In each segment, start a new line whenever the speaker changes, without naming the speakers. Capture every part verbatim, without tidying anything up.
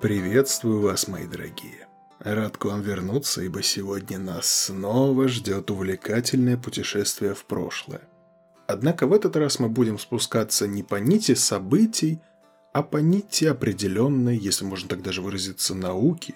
Приветствую вас, мои дорогие. Рад к вам вернуться, ибо сегодня нас снова ждет увлекательное путешествие в прошлое. Однако в этот раз мы будем спускаться не по нити событий, а по нити определенной, если можно так даже выразиться, науки.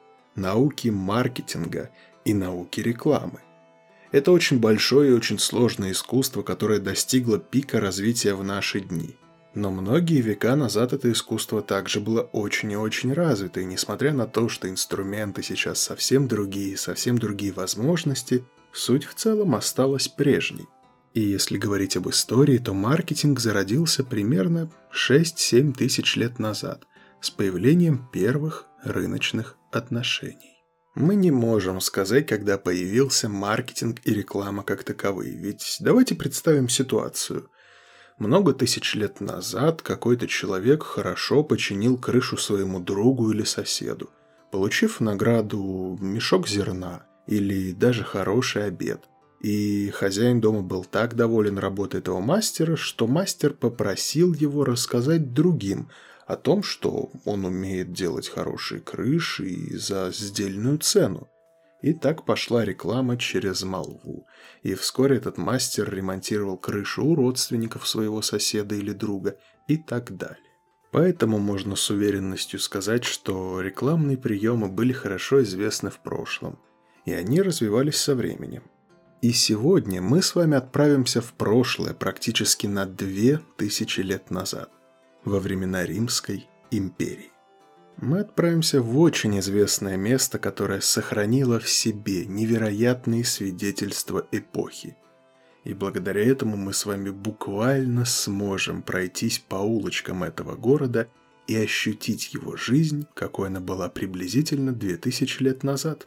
Науки маркетинга и науки рекламы. Это очень большое и очень сложное искусство, которое достигло пика развития в наши дни. Но многие века назад это искусство также было очень и очень развито, и несмотря на то, что инструменты сейчас совсем другие, совсем другие возможности, суть в целом осталась прежней. И если говорить об истории, то маркетинг зародился примерно шесть-семь тысяч лет назад с появлением первых рыночных отношений. Мы не можем сказать, когда появился маркетинг и реклама как таковые, ведь давайте представим ситуацию. Много тысяч лет назад какой-то человек хорошо починил крышу своему другу или соседу, получив награду мешок зерна или даже хороший обед. И хозяин дома был так доволен работой этого мастера, что мастер попросил его рассказать другим о том, что он умеет делать хорошие крыши и за сдельную цену. И так пошла реклама через молву. И вскоре этот мастер ремонтировал крышу у родственников своего соседа или друга и так далее. Поэтому можно с уверенностью сказать, что рекламные приемы были хорошо известны в прошлом, и они развивались со временем. И сегодня мы с вами отправимся в прошлое практически на две тысячи лет назад, во времена Римской империи. Мы отправимся в очень известное место, которое сохранило в себе невероятные свидетельства эпохи. И благодаря этому мы с вами буквально сможем пройтись по улочкам этого города и ощутить его жизнь, какой она была приблизительно две тысячи лет назад.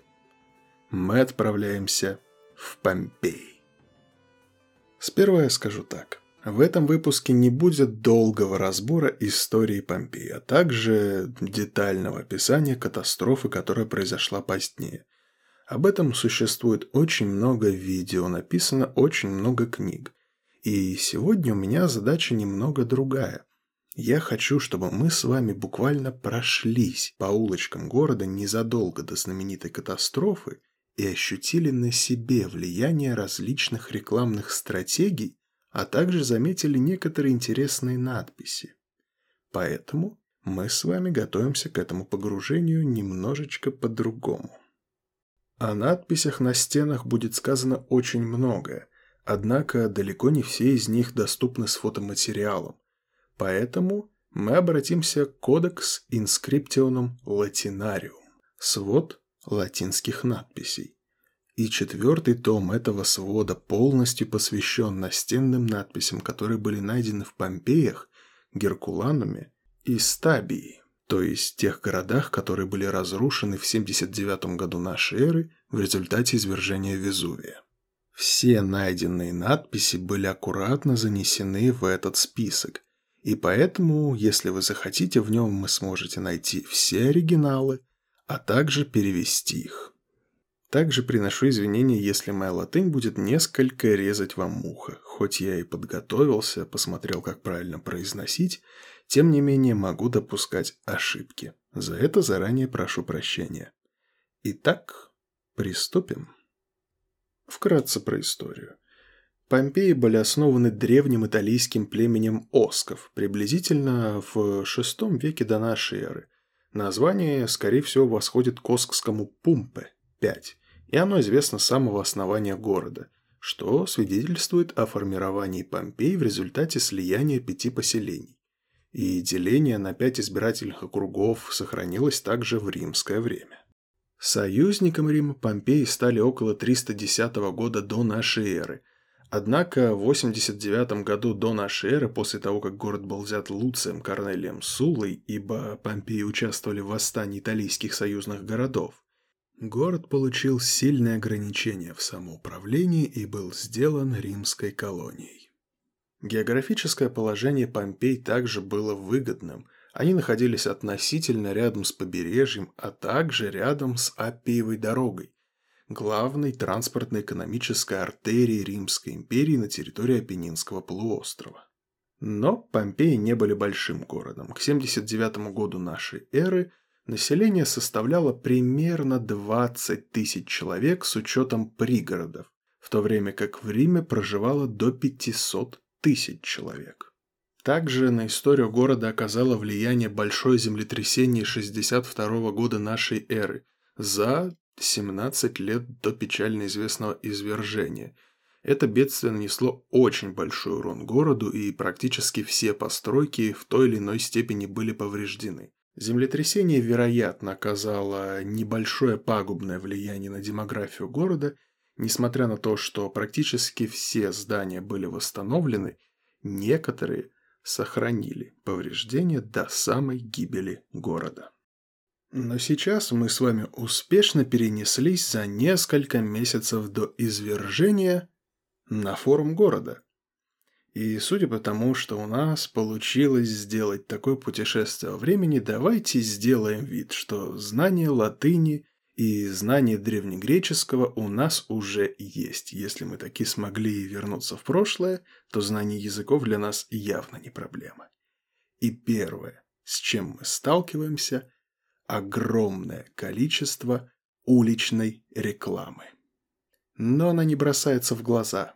Мы отправляемся в Помпеи. Сперва я скажу так. В этом выпуске не будет долгого разбора истории Помпеи, а также детального описания катастрофы, которая произошла позднее. Об этом существует очень много видео, написано очень много книг. И сегодня у меня задача немного другая. Я хочу, чтобы мы с вами буквально прошлись по улочкам города незадолго до знаменитой катастрофы и ощутили на себе влияние различных рекламных стратегий, а также заметили некоторые интересные надписи. Поэтому мы с вами готовимся к этому погружению немножечко по-другому. О надписях на стенах будет сказано очень многое, однако далеко не все из них доступны с фотоматериалом. Поэтому мы обратимся к Codex Inscriptionum Latinarium, свод латинских надписей. И четвертый том этого свода полностью посвящен настенным надписям, которые были найдены в Помпеях, Геркулануме и Стабии, то есть тех городах, которые были разрушены в семьдесят девятом году нашей эры в результате извержения Везувия. Все найденные надписи были аккуратно занесены в этот список, и поэтому, если вы захотите, в нем вы сможете найти все оригиналы, а также перевести их. Также приношу извинения, если моя латынь будет несколько резать вам ухо. Хоть я и подготовился, посмотрел, как правильно произносить, тем не менее могу допускать ошибки. За это заранее прошу прощения. Итак, приступим. Вкратце про историю. Помпеи были основаны древним италийским племенем осков, приблизительно в шестом веке до нашей эры. Название, скорее всего, восходит к оскскому «пумпе» – пять. И оно известно с самого основания города, что свидетельствует о формировании Помпей в результате слияния пяти поселений. И деление на пять избирательных округов сохранилось также в римское время. Союзником Рима Помпеи стали около триста десятого года до нашей эры. Однако в восемьдесят девятом году до нашей эры, после того, как город был взят Луцием Корнелием Суллой, ибо Помпеи участвовали в восстании италийских союзных городов, город получил сильные ограничения в самоуправлении и был сделан римской колонией. Географическое положение Помпей также было выгодным. Они находились относительно рядом с побережьем, а также рядом с Аппиевой дорогой, главной транспортно-экономической артерией Римской империи на территории Апеннинского полуострова. Но Помпеи не были большим городом. К семьдесят девятому году нашей эры Население составляло примерно двадцать тысяч человек с учетом пригородов, в то время как в Риме проживало до пятисот тысяч человек. Также на историю города оказало влияние большое землетрясение шестьдесят второго года нашей эры за семнадцать лет до печально известного извержения. Это бедствие нанесло очень большой урон городу, и практически все постройки в той или иной степени были повреждены. Землетрясение, вероятно, оказало небольшое пагубное влияние на демографию города, несмотря на то, что практически все здания были восстановлены, некоторые сохранили повреждения до самой гибели города. Но сейчас мы с вами успешно перенеслись за несколько месяцев до извержения на форум города. И судя по тому, что у нас получилось сделать такое путешествие во времени, давайте сделаем вид, что знание латыни и знание древнегреческого у нас уже есть. Если мы таки смогли вернуться в прошлое, то знание языков для нас явно не проблема. И первое, с чем мы сталкиваемся – огромное количество уличной рекламы. Но она не бросается в глаза.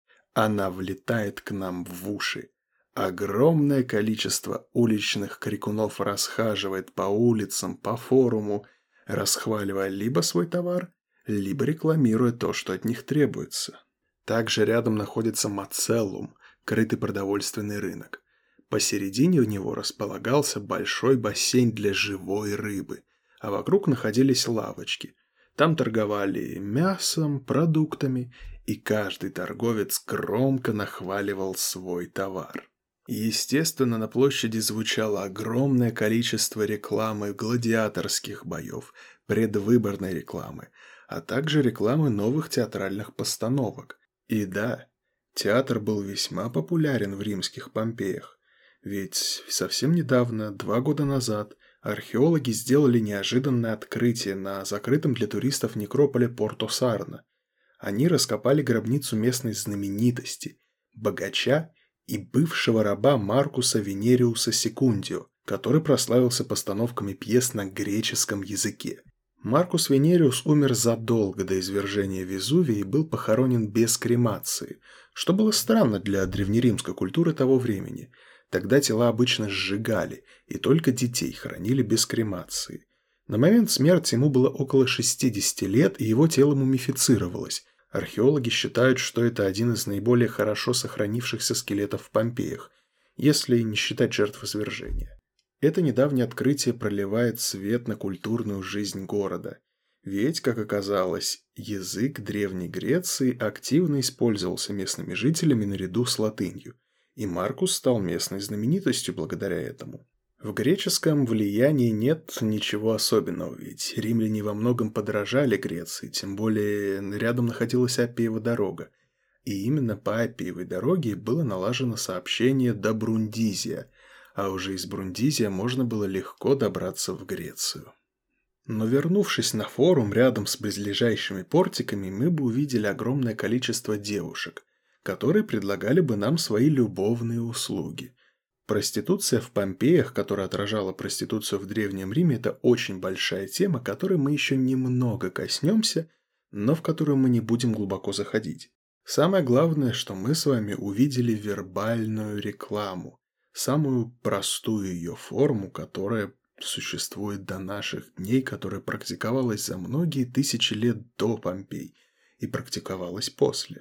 Она влетает к нам в уши. Огромное количество уличных крикунов расхаживает по улицам, по форуму, расхваливая либо свой товар, либо рекламируя то, что от них требуется. Также рядом находится Мацеллум, крытый продовольственный рынок. Посередине у него располагался большой бассейн для живой рыбы, а вокруг находились лавочки. Там торговали мясом, продуктами, и каждый торговец громко нахваливал свой товар. Естественно, на площади звучало огромное количество рекламы гладиаторских боев, предвыборной рекламы, а также рекламы новых театральных постановок. И да, театр был весьма популярен в римских Помпеях, ведь совсем недавно, два года назад, археологи сделали неожиданное открытие на закрытом для туристов некрополе Порто-Сарно. Они раскопали гробницу местной знаменитости, богача и бывшего раба Маркуса Венериуса Секундио, который прославился постановками пьес на греческом языке. Маркус Венериус умер задолго до извержения Везувия и был похоронен без кремации, что было странно для древнеримской культуры того времени. Тогда тела обычно сжигали, и только детей хоронили без кремации. На момент смерти ему было около шестидесяти лет, и его тело мумифицировалось. Археологи считают, что это один из наиболее хорошо сохранившихся скелетов в Помпеях, если не считать жертв извержения. Это недавнее открытие проливает свет на культурную жизнь города. Ведь, как оказалось, язык Древней Греции активно использовался местными жителями наряду с латынью, и Маркус стал местной знаменитостью благодаря этому. В греческом влиянии нет ничего особенного, ведь римляне во многом подражали Греции, тем более рядом находилась Аппиева дорога. И именно по Аппиевой дороге было налажено сообщение до Брундизия, а уже из Брундизия можно было легко добраться в Грецию. Но вернувшись на форум рядом с близлежащими портиками, мы бы увидели огромное количество девушек, которые предлагали бы нам свои любовные услуги. Проституция в Помпеях, которая отражала проституцию в Древнем Риме, это очень большая тема, которой мы еще немного коснемся, но в которую мы не будем глубоко заходить. Самое главное, что мы с вами увидели вербальную рекламу, самую простую ее форму, которая существует до наших дней, которая практиковалась за многие тысячи лет до Помпей и практиковалась после.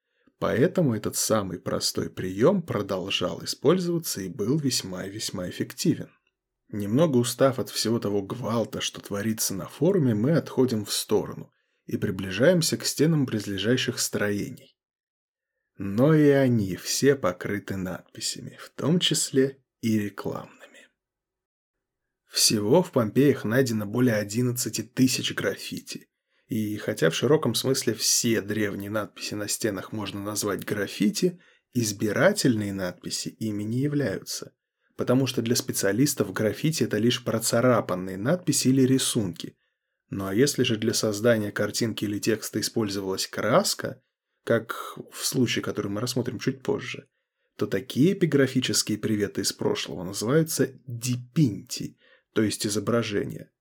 Поэтому этот самый простой прием продолжал использоваться и был весьма и весьма эффективен. Немного устав от всего того гвалта, что творится на форуме, мы отходим в сторону и приближаемся к стенам близлежащих строений. Но и они все покрыты надписями, в том числе и рекламными. Всего в Помпеях найдено более одиннадцати тысяч граффити. И хотя в широком смысле все древние надписи на стенах можно назвать граффити, избирательные надписи ими не являются. Потому что для специалистов граффити – это лишь процарапанные надписи или рисунки. Ну а если же для создания картинки или текста использовалась краска, как в случае, который мы рассмотрим чуть позже, то такие эпиграфические приветы из прошлого называются дипинти, то есть изображения.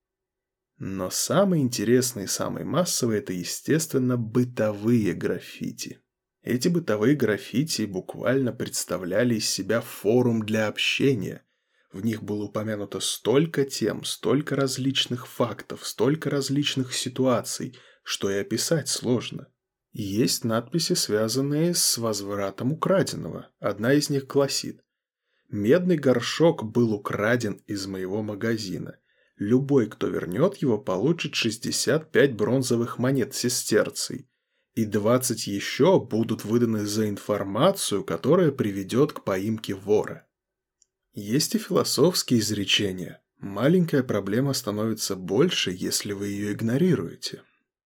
Но самые интересные и самые массовые – это, естественно, бытовые граффити. Эти бытовые граффити буквально представляли из себя форум для общения. В них было упомянуто столько тем, столько различных фактов, столько различных ситуаций, что и описать сложно. Есть надписи, связанные с возвратом украденного. Одна из них гласит: «Медный горшок был украден из моего магазина. Любой, кто вернет его, получит шестьдесят пять бронзовых монет сестерций, и двадцать еще будут выданы за информацию, которая приведет к поимке вора». Есть и философские изречения. Маленькая проблема становится больше, если вы ее игнорируете.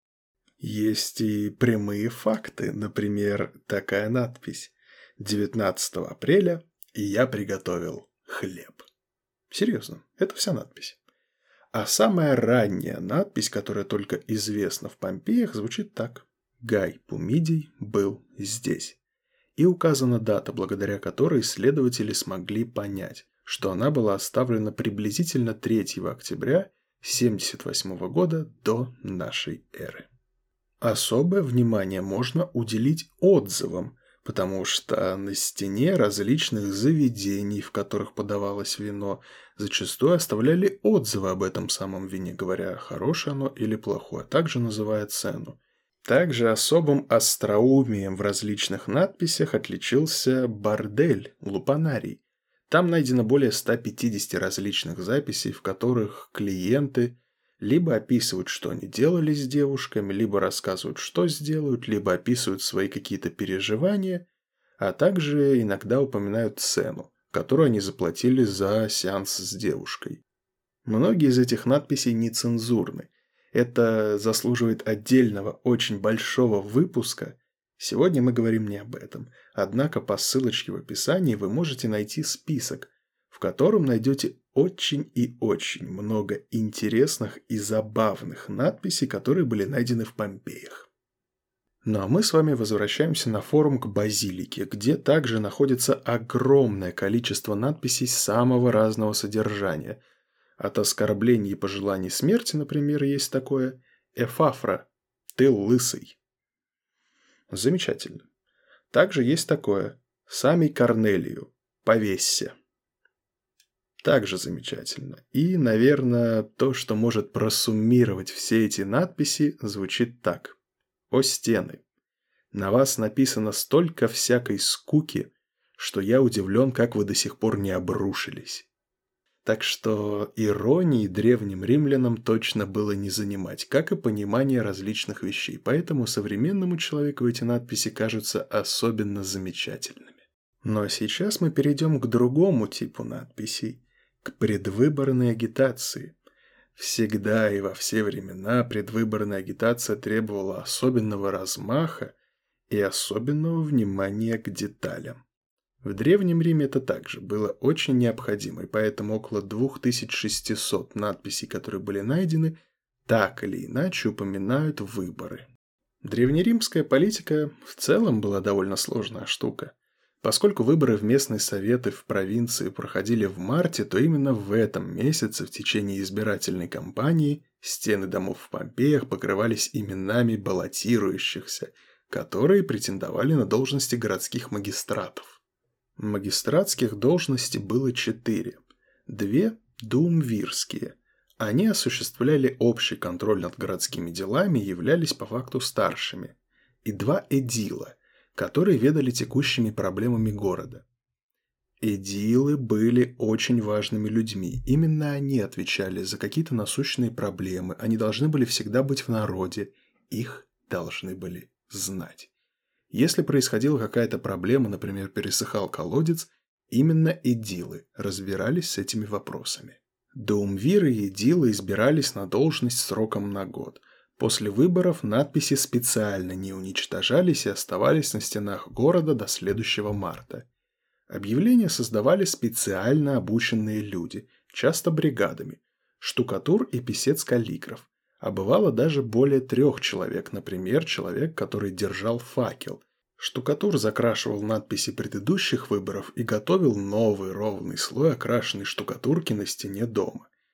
Есть и прямые факты, например, такая надпись: девятнадцатого апреля, и я приготовил хлеб. Серьезно, это вся надпись. А самая ранняя надпись, которая только известна в Помпеях, звучит так: Гай Пумидий был здесь. И указана дата, благодаря которой исследователи смогли понять, что она была оставлена приблизительно третьего октября семьдесят восьмого года до нашей эры. Особое внимание можно уделить отзывам, потому что на стене различных заведений, в которых подавалось вино, зачастую оставляли отзывы об этом самом вине, говоря, хорошее оно или плохое, а также называя цену. Также особым остроумием в различных надписях отличился бордель Лупанарий. Там найдено более ста пятидесяти различных записей, в которых клиенты либо описывают, что они делали с девушками, либо рассказывают, что сделают, либо описывают свои какие-то переживания, а также иногда упоминают цену, которую они заплатили за сеанс с девушкой. Многие из этих надписей нецензурны. Это заслуживает отдельного, очень большого выпуска. Сегодня мы говорим не об этом. Однако по ссылочке в описании вы можете найти список, в котором найдете очень и очень много интересных и забавных надписей, которые были найдены в Помпеях. Ну а мы с вами возвращаемся на форум к Базилике, где также находится огромное количество надписей самого разного содержания. От оскорблений и пожеланий смерти, например, есть такое: «Эфафра, ты лысый». Замечательно. Также есть такое: «Самий Корнелию, повесься». Также замечательно. И, наверное, то, что может просуммировать все эти надписи, звучит так: «О стены, на вас написано столько всякой скуки, что я удивлен, как вы до сих пор не обрушились». Так что иронии древним римлянам точно было не занимать, как и понимание различных вещей, поэтому современному человеку эти надписи кажутся особенно замечательными. Но сейчас мы перейдем к другому типу надписей, к предвыборной агитации. Всегда и во все времена предвыборная агитация требовала особенного размаха и особенного внимания к деталям. В Древнем Риме это также было очень необходимо, и поэтому около две тысячи шестьсот надписей, которые были найдены, так или иначе упоминают выборы. Древнеримская политика в целом была довольно сложная штука. Поскольку выборы в местные советы в провинции проходили в марте, то именно в этом месяце в течение избирательной кампании стены домов в Помпеях покрывались именами баллотирующихся, которые претендовали на должности городских магистратов. Магистратских должностей было четыре. Две – дуумвирские. Они осуществляли общий контроль над городскими делами и являлись по факту старшими. И два эдила, которые ведали текущими проблемами города. Эдилы были очень важными людьми. Именно они отвечали за какие-то насущные проблемы. Они должны были всегда быть в народе. Их должны были знать. Если происходила какая-то проблема, например, пересыхал колодец, именно эдилы разбирались с этими вопросами. Дуумвиры и эдилы избирались на должность сроком на год. После выборов надписи специально не уничтожались и оставались на стенах города до следующего марта. Объявления создавали специально обученные люди, часто бригадами, штукатур и писец-каллиграф. А бывало даже более трех человек, например, человек, который держал факел. Штукатур закрашивал надписи предыдущих выборов и готовил новый ровный слой окрашенной штукатурки на стене дома.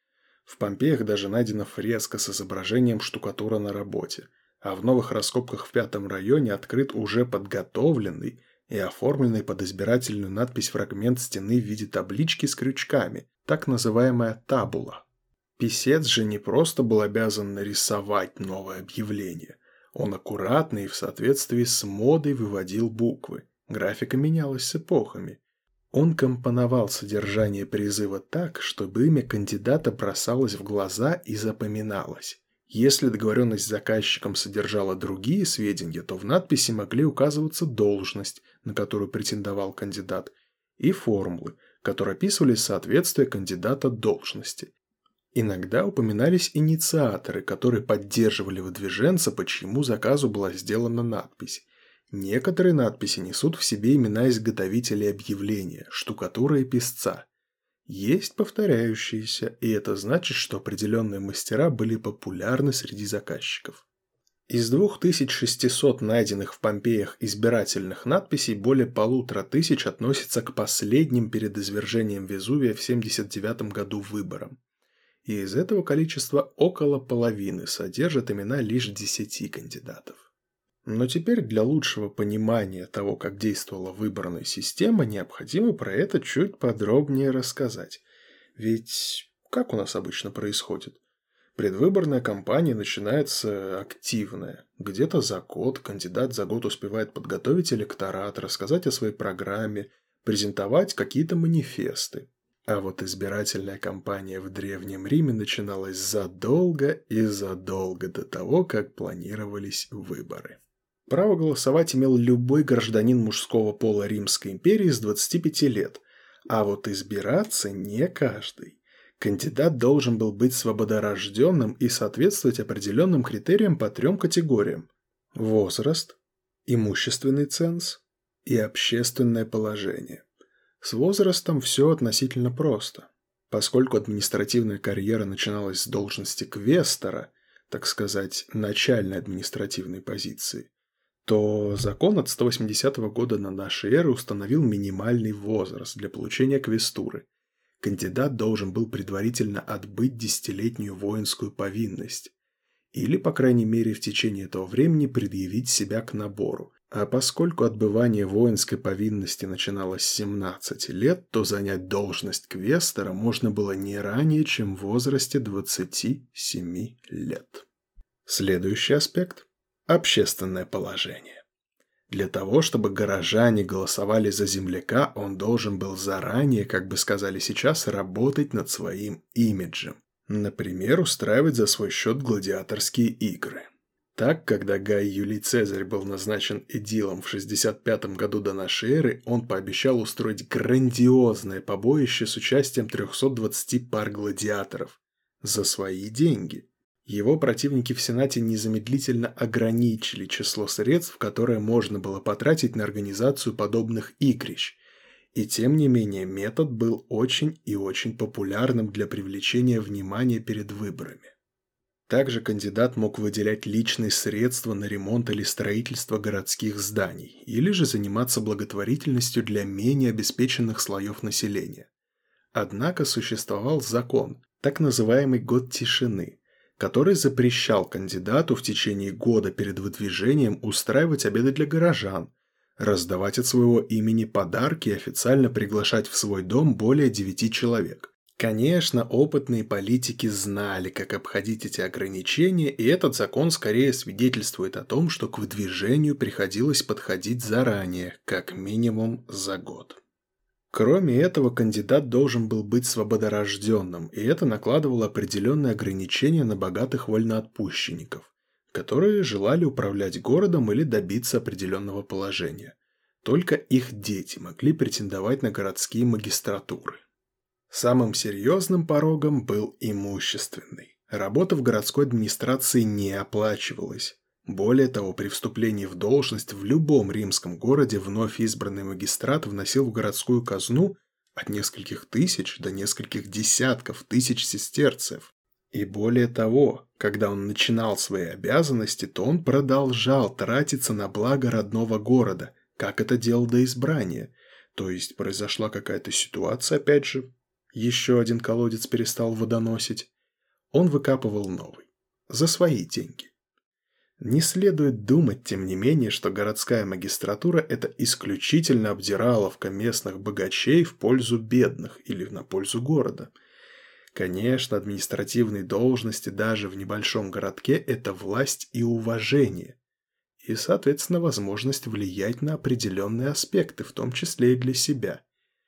В Помпеях даже найдена фреска с изображением штукатура на работе, а в новых раскопках в пятом районе открыт уже подготовленный и оформленный под избирательную надпись фрагмент стены в виде таблички с крючками, так называемая табула. Писец же не просто был обязан нарисовать новое объявление, он аккуратно и в соответствии с модой выводил буквы, графика менялась с эпохами. Он компоновал содержание призыва так, чтобы имя кандидата бросалось в глаза и запоминалось. Если договоренность с заказчиком содержала другие сведения, то в надписи могли указываться должность, на которую претендовал кандидат, и формулы, которые описывали соответствие кандидата должности. Иногда упоминались инициаторы, которые поддерживали выдвиженца, по чьему заказу была сделана надпись. Некоторые надписи несут в себе имена изготовителей объявления, штукатура и писца. Есть повторяющиеся, и это значит, что определенные мастера были популярны среди заказчиков. Из двух тысяч шестисот найденных в Помпеях избирательных надписей более полутора тысяч относятся к последним перед извержением Везувия в семьдесят девятом году выборам. И из этого количества около половины содержат имена лишь десяти кандидатов. Но теперь для лучшего понимания того, как действовала выборная система, необходимо про это чуть подробнее рассказать. Ведь как у нас обычно происходит? Предвыборная кампания начинается активная. Где-то за год кандидат за год успевает подготовить электорат, рассказать о своей программе, презентовать какие-то манифесты. А вот избирательная кампания в Древнем Риме начиналась задолго и задолго до того, как планировались выборы. Право голосовать имел любой гражданин мужского пола Римской империи с двадцати пяти лет, а вот избираться не каждый. Кандидат должен был быть свободорожденным и соответствовать определенным критериям по трем категориям – возраст, имущественный ценз и общественное положение. С возрастом все относительно просто. Поскольку административная карьера начиналась с должности квестора, так сказать, начальной административной позиции, то закон от сто восьмидесятого года на нашей эры установил минимальный возраст для получения квестуры. Кандидат должен был предварительно отбыть десятилетнюю воинскую повинность или, по крайней мере, в течение этого времени предъявить себя к набору. А поскольку отбывание воинской повинности начиналось с семнадцати лет, то занять должность квестора можно было не ранее, чем в возрасте двадцати семи лет. Следующий аспект – общественное положение. Для того, чтобы горожане голосовали за земляка, он должен был заранее, как бы сказали сейчас, работать над своим имиджем. Например, устраивать за свой счет гладиаторские игры. Так, когда Гай Юлий Цезарь был назначен эдилом в шестьдесят пятом году до нашей эры, он пообещал устроить грандиозное побоище с участием трехсот двадцати пар гладиаторов за свои деньги. Его противники в Сенате незамедлительно ограничили число средств, которые можно было потратить на организацию подобных игрищ. И тем не менее метод был очень и очень популярным для привлечения внимания перед выборами. Также кандидат мог выделять личные средства на ремонт или строительство городских зданий, или же заниматься благотворительностью для менее обеспеченных слоев населения. Однако существовал закон, так называемый «год тишины», который запрещал кандидату в течение года перед выдвижением устраивать обеды для горожан, раздавать от своего имени подарки и официально приглашать в свой дом более девяти человек. Конечно, опытные политики знали, как обходить эти ограничения, и этот закон скорее свидетельствует о том, что к выдвижению приходилось подходить заранее, как минимум за год. Кроме этого, кандидат должен был быть свободорожденным, и это накладывало определенные ограничения на богатых вольноотпущенников, которые желали управлять городом или добиться определенного положения. Только их дети могли претендовать на городские магистратуры. Самым серьезным порогом был имущественный. Работа в городской администрации не оплачивалась. Более того, при вступлении в должность в любом римском городе вновь избранный магистрат вносил в городскую казну от нескольких тысяч до нескольких десятков тысяч сестерцев. И более того, когда он начинал свои обязанности, то он продолжал тратиться на благо родного города, как это делал до избрания. То есть произошла какая-то ситуация, опять же, еще один колодец перестал водоносить. он выкапывал новый. За свои деньги. Не следует думать, тем не менее, что городская магистратура – это исключительно обдираловка местных богачей в пользу бедных или на пользу города. Конечно, административные должности даже в небольшом городке – это власть и уважение. И, соответственно, возможность влиять на определенные аспекты, в том числе и для себя.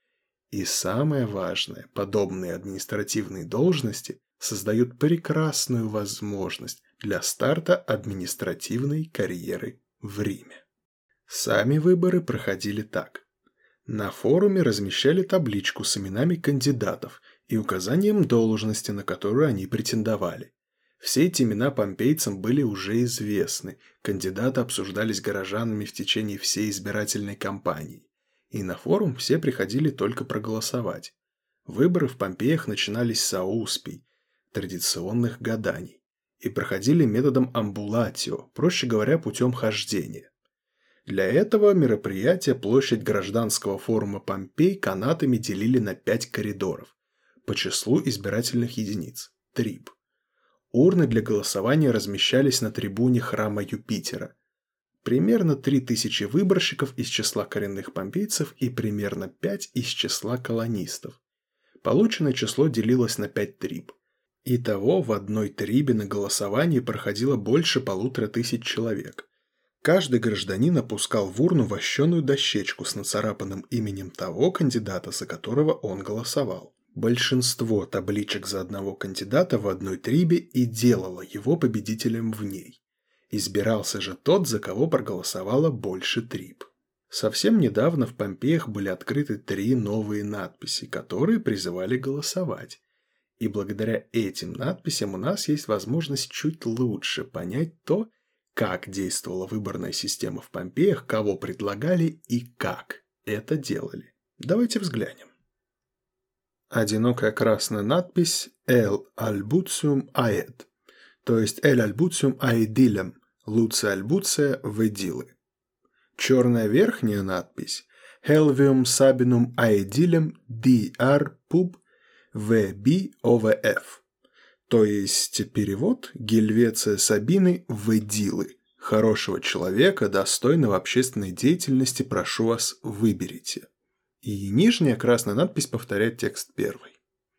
И самое важное, подобные административные должности создают прекрасную возможность для старта административной карьеры в Риме. Сами выборы проходили так. На форуме размещали табличку с именами кандидатов и указанием должности, на которую они претендовали. Все эти имена помпейцам были уже известны, кандидаты обсуждались горожанами в течение всей избирательной кампании. И на форум все приходили только проголосовать. Выборы в Помпеях начинались с ауспий, традиционных гаданий, и проходили методом амбулатио, проще говоря, путем хождения. Для этого мероприятия площадь гражданского форума Помпей канатами делили на пять коридоров по числу избирательных единиц – триб. Урны для голосования размещались на трибуне храма Юпитера. Примерно три тысячи выборщиков из числа коренных помпейцев и примерно пять из числа колонистов. Полученное число делилось на пять триб. Итого в одной трибе на голосовании проходило больше полутора тысяч человек. Каждый гражданин опускал в урну вощеную дощечку с нацарапанным именем того кандидата, за которого он голосовал. Большинство табличек за одного кандидата в одной трибе и делало его победителем в ней. Избирался же тот, за кого проголосовало больше триб. Совсем недавно в Помпеях были открыты три новые надписи, которые призывали голосовать. И благодаря этим надписям у нас есть возможность чуть лучше понять то, как действовала выборная система в Помпеях, кого предлагали и как это делали. Давайте взглянем. Одинокая красная надпись «El albutium aed», то есть «El albutium aedilem», «Луция альбуция в эдилы». Черная верхняя надпись «Helvium sabinum aedilem dr pub vb ovf», то есть перевод «Гельвеция Сабины в эдилы». Хорошего человека, достойного общественной деятельности, прошу вас, выберите. И нижняя красная надпись повторяет текст первой.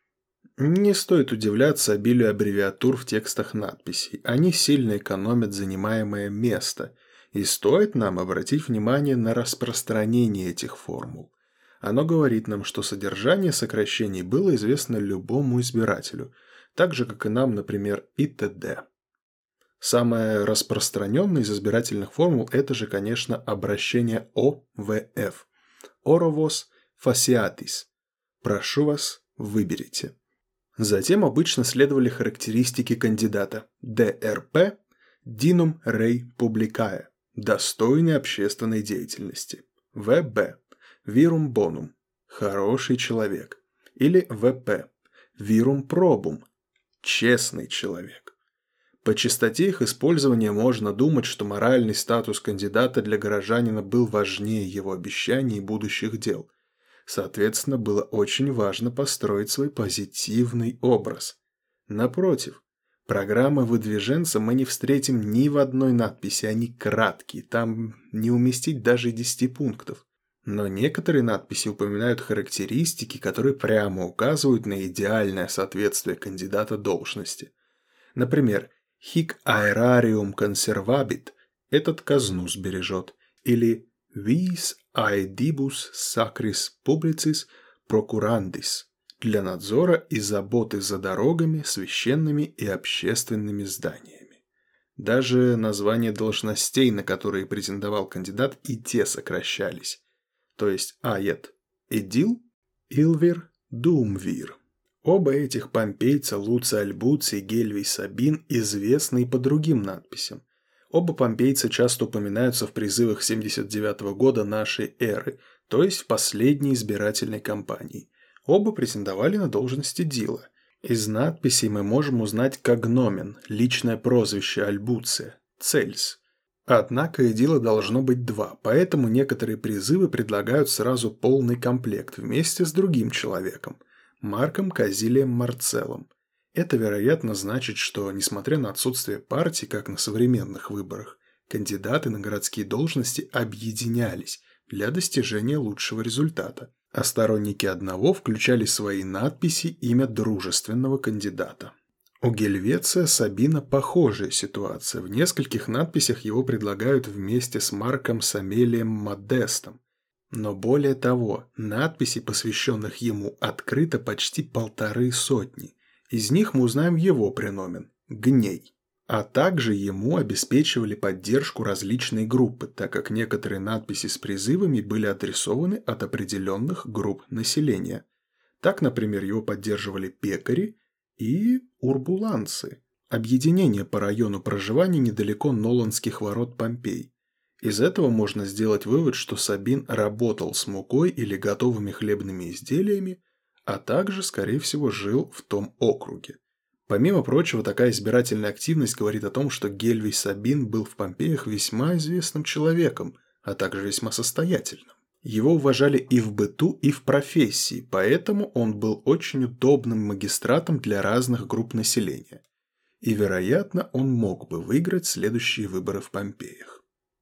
Не стоит удивляться обилию аббревиатур в текстах надписей. Они сильно экономят занимаемое место. И стоит нам обратить внимание на распространение этих формул. Оно говорит нам, что содержание сокращений было известно любому избирателю, так же, как и нам, например, и т.д. Самое распространенное из избирательных формул – это же, конечно, обращение О В Ф. Оровос фасиатис. Прошу вас, выберите. Затем обычно следовали характеристики кандидата. Д Р П – Dinum Rei Publicae – достойный общественной деятельности. В Б – Virum Bonum – хороший человек. Или В П – Virum Probum – честный человек. По частоте их использования можно думать, что моральный статус кандидата для горожанина был важнее его обещаний и будущих дел. Соответственно, было очень важно построить свой позитивный образ. Напротив, программы выдвиженца мы не встретим ни в одной надписи, они краткие, там не уместить даже десяти пунктов. Но некоторые надписи упоминают характеристики, которые прямо указывают на идеальное соответствие кандидата должности. Например, «Hic aerarium conservabit» – «этот казну сбережет», или «Vis aedibus sacris publicis procurandis» – «для надзора и заботы за дорогами, священными и общественными зданиями». Даже названия должностей, на которые претендовал кандидат, и те сокращались. То есть «Аед» – «Эдил», «Илвир», «Думвир». Оба этих помпейца, Луций Альбуций и Гельвий Сабин, известны и по другим надписям. Оба помпейца часто упоминаются в призывах семьдесят девятого года нашей эры, то есть в последней избирательной кампании. Оба претендовали на должность эдила. Из надписей мы можем узнать когномен, личное прозвище Альбуция, Цельс. Однако эдила должно быть два, поэтому некоторые призывы предлагают сразу полный комплект вместе с другим человеком – Марком Казилием Марцеллом. Это, вероятно, значит, что, несмотря на отсутствие партий, как на современных выборах, кандидаты на городские должности объединялись для достижения лучшего результата, а сторонники одного включали в свои надписи имя дружественного кандидата. У Гельвеция Сабина похожая ситуация. В нескольких надписях его предлагают вместе с Марком Самелием Модестом. Но более того, надписей, посвященных ему, открыто почти полторы сотни. Из них мы узнаем его преномен – Гней. А также ему обеспечивали поддержку различные группы, так как некоторые надписи с призывами были адресованы от определенных групп населения. Так, например, его поддерживали пекари и урбуланцы – объединение по району проживания недалеко Ноланских ворот Помпей. Из этого можно сделать вывод, что Сабин работал с мукой или готовыми хлебными изделиями, а также, скорее всего, жил в том округе. Помимо прочего, такая избирательная активность говорит о том, что Гельвий Сабин был в Помпеях весьма известным человеком, а также весьма состоятельным. Его уважали и в быту, и в профессии, поэтому он был очень удобным магистратом для разных групп населения. И, вероятно, он мог бы выиграть следующие выборы в Помпеях.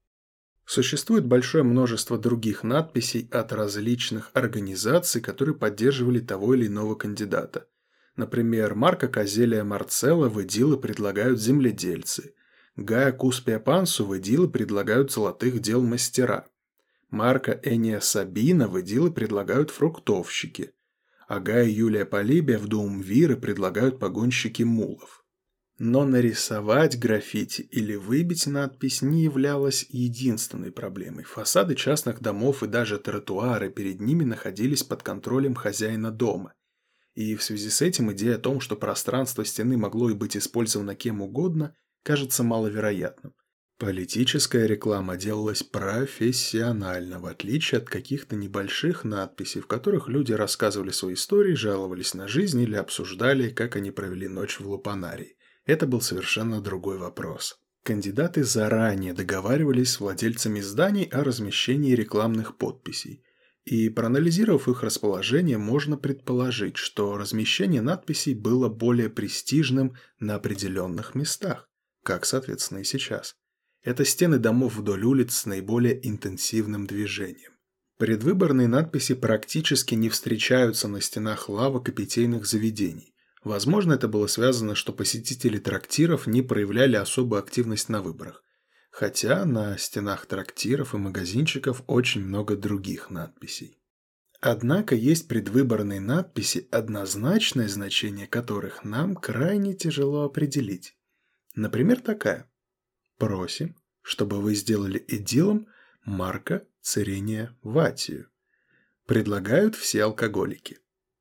Существует большое множество других надписей от различных организаций, которые поддерживали того или иного кандидата. Например, Марка Козелия Марцелла в эдилы предлагают земледельцы, Гая Куспия Пансу в эдилы предлагают золотых дел мастера, Марка Эния Сабина в эдилы предлагают фруктовщики, а Гая Юлия Полибия в дуумвиры предлагают погонщики мулов. Но нарисовать граффити или выбить надпись не являлось единственной проблемой. Фасады частных домов и даже тротуары перед ними находились под контролем хозяина дома. И в связи с этим идея о том, что пространство стены могло и быть использовано кем угодно, кажется маловероятным. Политическая реклама делалась профессионально, в отличие от каких-то небольших надписей, в которых люди рассказывали свои истории, жаловались на жизнь или обсуждали, как они провели ночь в Лупанарии. Это был совершенно другой вопрос. Кандидаты заранее договаривались с владельцами зданий о размещении рекламных подписей. И, проанализировав их расположение, можно предположить, что размещение надписей было более престижным на определенных местах, как, соответственно, и сейчас. Это стены домов вдоль улиц с наиболее интенсивным движением. Предвыборные надписи практически не встречаются на стенах лавок и питейных заведений. Возможно, это было связано, что посетители трактиров не проявляли особую активность на выборах. Хотя на стенах трактиров и магазинчиков очень много других надписей. Однако есть предвыборные надписи, однозначное значение которых нам крайне тяжело определить. Например, такая: «Просим, чтобы вы сделали эдилом Марка Цирения Ватию. Предлагают все алкоголики».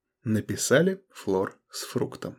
Написали флор с фруктом.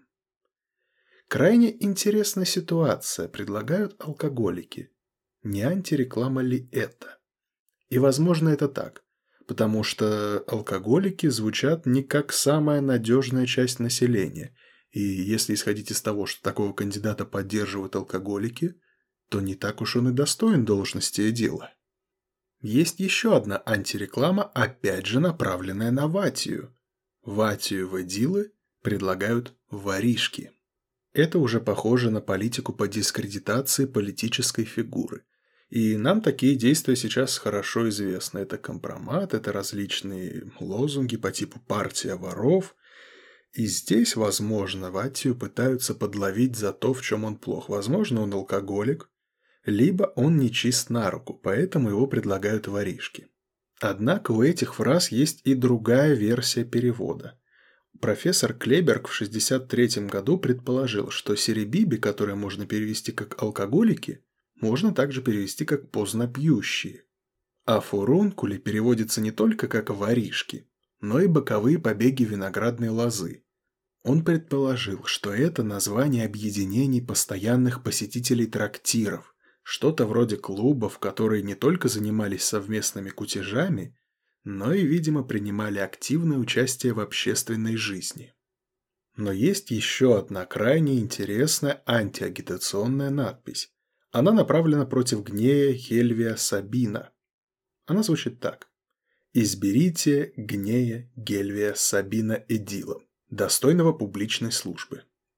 Крайне интересная ситуация, предлагают алкоголики. Не антиреклама ли это? И возможно это так, потому что алкоголики звучат не как самая надежная часть населения, и если исходить из того, что такого кандидата поддерживают алкоголики, то не так уж он и достоин должности эдила. Есть еще одна антиреклама, опять же направленная на Ватию. Ватию в эдилы предлагают воришки. Это уже похоже на политику по дискредитации политической фигуры. И нам такие действия сейчас хорошо известны. Это компромат, это различные лозунги по типу «партия воров». И здесь, возможно, Ватию пытаются подловить за то, в чем он плох. Возможно, он алкоголик, либо он нечист на руку, поэтому его предлагают воришки. Однако у этих фраз есть и другая версия перевода. Профессор Клейберг в шестьдесят третьем году предположил, что серебиби, которое можно перевести как «алкоголики», можно также перевести как «поздно пьющие». А фурункули переводится не только как «воришки», но и боковые побеги виноградной лозы. Он предположил, что это название объединений постоянных посетителей трактиров, что-то вроде клубов, которые не только занимались совместными кутежами, но и, видимо, принимали активное участие в общественной жизни. Но есть еще одна крайне интересная антиагитационная надпись. Она направлена против Гнея Гельвия Сабина. Она звучит так: «Изберите Гнея Гельвия Сабина эдилом, достойного публичной службы».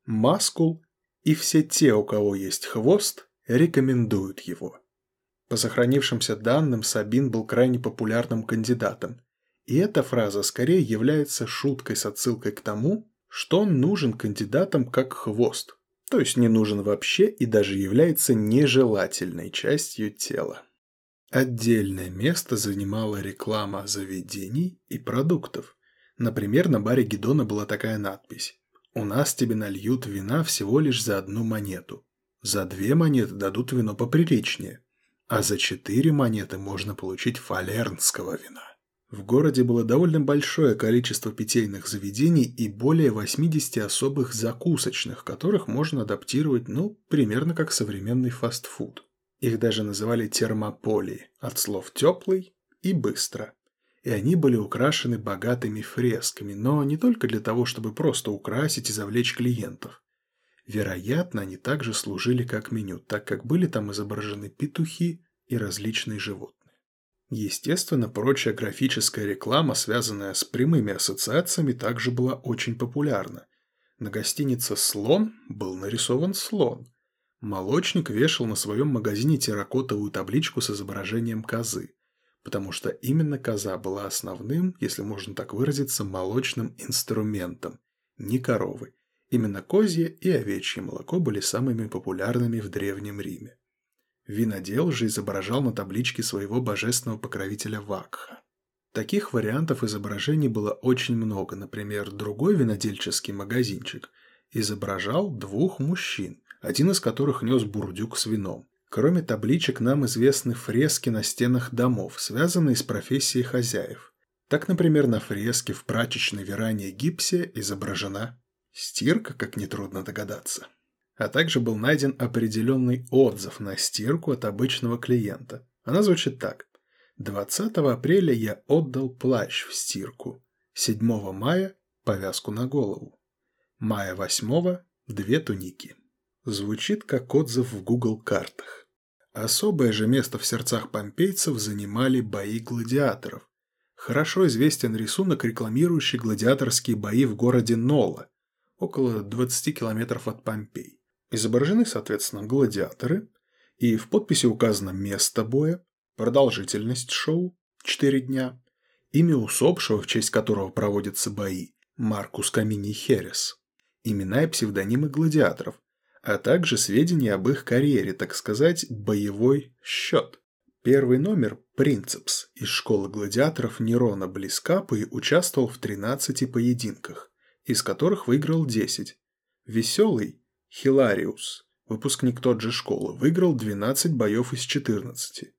Маскул и все те, у кого есть хвост, рекомендуют его. По сохранившимся данным, Сабин был крайне популярным кандидатом, и эта фраза скорее является шуткой с отсылкой к тому, что он нужен кандидатам как хвост, то есть не нужен вообще и даже является нежелательной частью тела. Отдельное место занимала реклама заведений и продуктов. Например, на баре Гидона была такая надпись: «У нас тебе нальют вина всего лишь за одну монету. За две монеты дадут вино поприличнее, а за четыре монеты можно получить фалернского вина». В городе было довольно большое количество питейных заведений и более восьмидесяти особых закусочных, которых можно адаптировать, ну, примерно как современный фастфуд. Их даже называли термополии, от слов «теплый» и «быстро». И они были украшены богатыми фресками, но не только для того, чтобы просто украсить и завлечь клиентов. Вероятно, они также служили как меню, так как были там изображены петухи и различные животные. Естественно, прочая графическая реклама, связанная с прямыми ассоциациями, также была очень популярна. На гостинице «Слон» был нарисован слон. Молочник вешал на своем магазине терракотовую табличку с изображением козы, потому что именно коза была основным, если можно так выразиться, молочным инструментом, не коровы. Именно козье и овечье молоко были самыми популярными в Древнем Риме. Винодел же изображал на табличке своего божественного покровителя Вакха. Таких вариантов изображений было очень много. Например, другой винодельческий магазинчик изображал двух мужчин, один из которых нес бурдюк с вином. Кроме табличек нам известны фрески на стенах домов, связанные с профессией хозяев. Так, например, на фреске в прачечной Веране Гипсе изображена стирка, как нетрудно догадаться. А также был найден определенный отзыв на стирку от обычного клиента. Она звучит так: двадцатого апреля я отдал плащ в стирку, седьмого мая – повязку на голову, мая восьмого – две туники. Звучит как отзыв в Google картах. Особое же место в сердцах помпейцев занимали бои гладиаторов. Хорошо известен рисунок, рекламирующий гладиаторские бои в городе Нола, около двадцати километров от Помпей. Изображены, соответственно, гладиаторы, и в подписи указано место боя, продолжительность шоу – четыре дня, имя усопшего, в честь которого проводятся бои – Маркус Каминий Херес, имена и псевдонимы гладиаторов, а также сведения об их карьере, так сказать, боевой счет. Первый номер – Принцепс из школы гладиаторов Нерона близ Капуи участвовал в тринадцати поединках, из которых выиграл десять. Веселый – Хилариус, выпускник тот же школы, выиграл двенадцать боев из четырнадцати.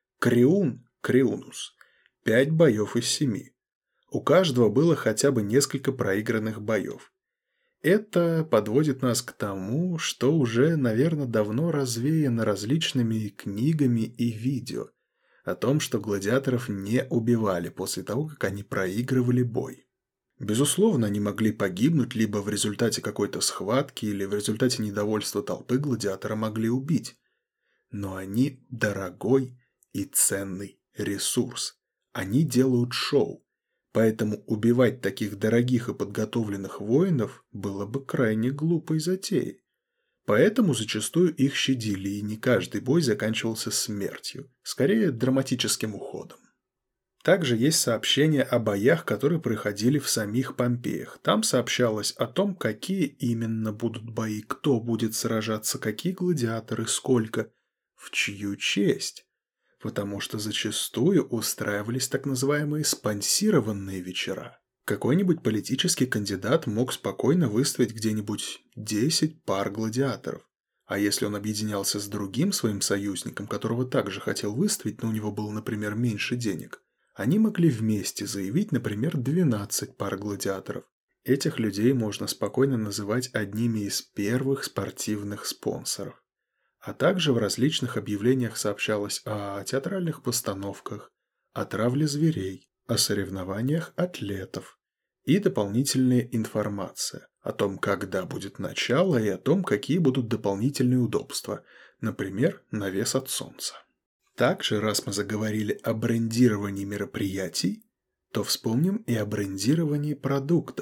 Криун, Криунус, пять боев из семи. У каждого было хотя бы несколько проигранных боев. Это подводит нас к тому, что уже, наверное, давно развеяно различными книгами и видео, о том, что гладиаторов не убивали после того, как они проигрывали бой. Безусловно, они могли погибнуть либо в результате какой-то схватки, или в результате недовольства толпы гладиатора могли убить. Но они дорогой и ценный ресурс. Они делают шоу. Поэтому убивать таких дорогих и подготовленных воинов было бы крайне глупой затеей. Поэтому зачастую их щадили, и не каждый бой заканчивался смертью, скорее драматическим уходом. Также есть сообщения о боях, которые проходили в самих Помпеях. Там сообщалось о том, какие именно будут бои, кто будет сражаться, какие гладиаторы, сколько, в чью честь. Потому что зачастую устраивались так называемые спонсированные вечера. Какой-нибудь политический кандидат мог спокойно выставить где-нибудь десять пар гладиаторов. А если он объединялся с другим своим союзником, которого также хотел выставить, но у него было, например, меньше денег, они могли вместе заявить, например, двенадцать пар гладиаторов. Этих людей можно спокойно называть одними из первых спортивных спонсоров. А также в различных объявлениях сообщалось о театральных постановках, о травле зверей, о соревнованиях атлетов и дополнительная информация о том, когда будет начало, и о том, какие будут дополнительные удобства, например, навес от солнца. Также, раз мы заговорили о брендировании мероприятий, то вспомним и о брендировании продуктов.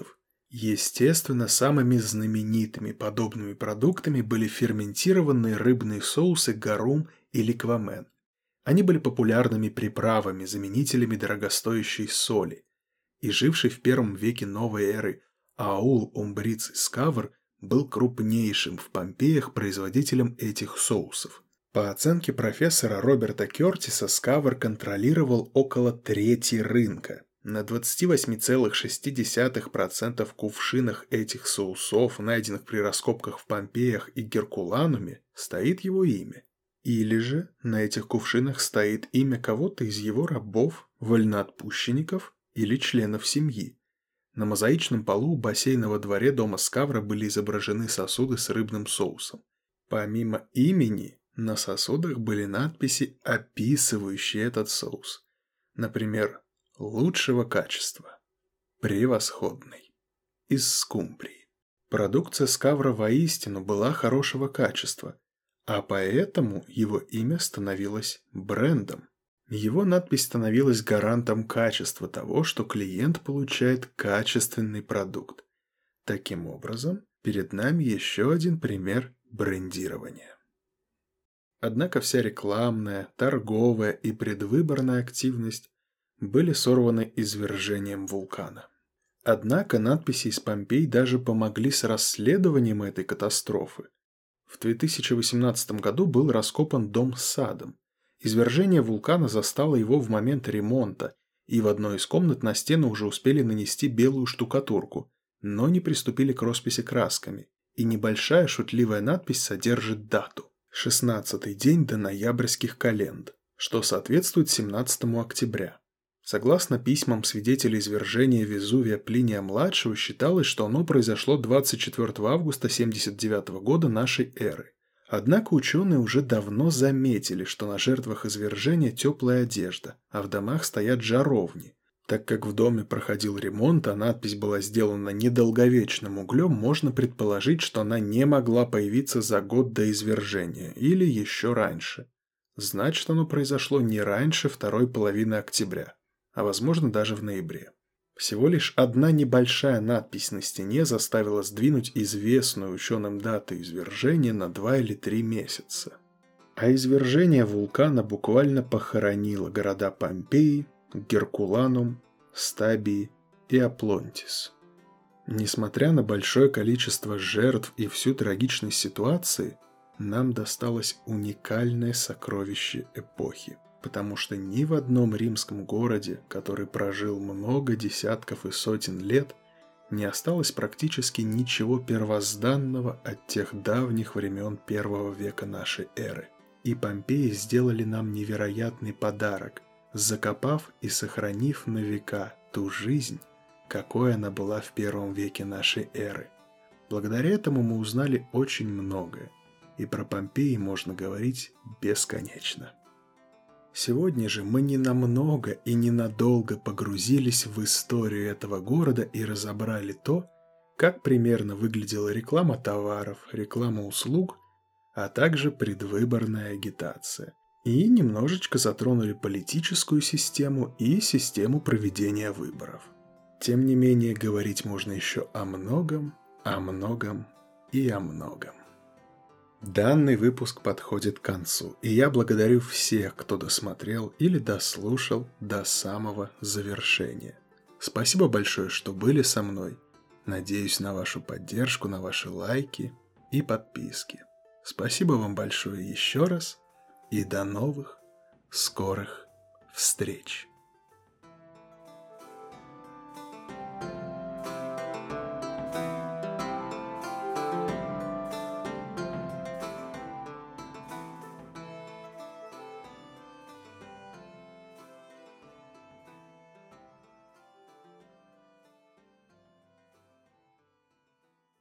Естественно, самыми знаменитыми подобными продуктами были ферментированные рыбные соусы гарум и ликвамен. Они были популярными приправами, заменителями дорогостоящей соли. И живший в первом веке новой эры аул Умбриц Скавр был крупнейшим в Помпеях производителем этих соусов. По оценке профессора Роберта Кертиса, Скавр контролировал около трети рынка. На двадцать восемь целых шесть десятых процента кувшинах этих соусов, найденных при раскопках в Помпеях и Геркулануме, стоит его имя. Или же на этих кувшинах стоит имя кого-то из его рабов, вольноотпущенников или членов семьи. На мозаичном полу у бассейна дворе дома Скавра были изображены сосуды с рыбным соусом. Помимо имени, на сосудах были надписи, описывающие этот соус. Например, лучшего качества, превосходный, из скумбрии. Продукция Скавра воистину была хорошего качества, а поэтому его имя становилось брендом. Его надпись становилась гарантом качества того, что клиент получает качественный продукт. Таким образом, перед нами еще один пример брендирования. Однако вся рекламная, торговая и предвыборная активность были сорваны извержением вулкана. Однако надписи из Помпей даже помогли с расследованием этой катастрофы. В две тысячи восемнадцатом году был раскопан дом с садом. Извержение вулкана застало его в момент ремонта, и в одной из комнат на стену уже успели нанести белую штукатурку, но не приступили к росписи красками, и небольшая шутливая надпись содержит дату – шестнадцатый день до ноябрьских календ, что соответствует семнадцатому октября. Согласно письмам свидетелей извержения Везувия Плиния-младшего, считалось, что оно произошло двадцать четвёртого августа семьдесят девятого года нашей эры. Однако ученые уже давно заметили, что на жертвах извержения теплая одежда, а в домах стоят жаровни. Так как в доме проходил ремонт, а надпись была сделана недолговечным углем, можно предположить, что она не могла появиться за год до извержения или еще раньше. Значит, оно произошло не раньше второй половины октября, а возможно даже в ноябре. Всего лишь одна небольшая надпись на стене заставила сдвинуть известную ученым дату извержения на два или три месяца. А извержение вулкана буквально похоронило города Помпеи, Геркуланум, Стабии и Аплонтис. Несмотря на большое количество жертв и всю трагичность ситуации, нам досталось уникальное сокровище эпохи. Потому что ни в одном римском городе, который прожил много десятков и сотен лет, не осталось практически ничего первозданного от тех давних времен первого века нашей эры. И Помпеи сделали нам невероятный подарок, закопав и сохранив на века ту жизнь, какой она была в первом веке нашей эры. Благодаря этому мы узнали очень многое, и про Помпеи можно говорить бесконечно. Сегодня же мы ненамного и ненадолго погрузились в историю этого города и разобрали то, как примерно выглядела реклама товаров, реклама услуг, а также предвыборная агитация. И немножечко затронули политическую систему и систему проведения выборов. Тем не менее, говорить можно еще о многом, о многом и о многом. Данный выпуск подходит к концу, и я благодарю всех, кто досмотрел или дослушал до самого завершения. Спасибо большое, что были со мной. Надеюсь на вашу поддержку, на ваши лайки и подписки. Спасибо вам большое еще раз, и до новых скорых встреч.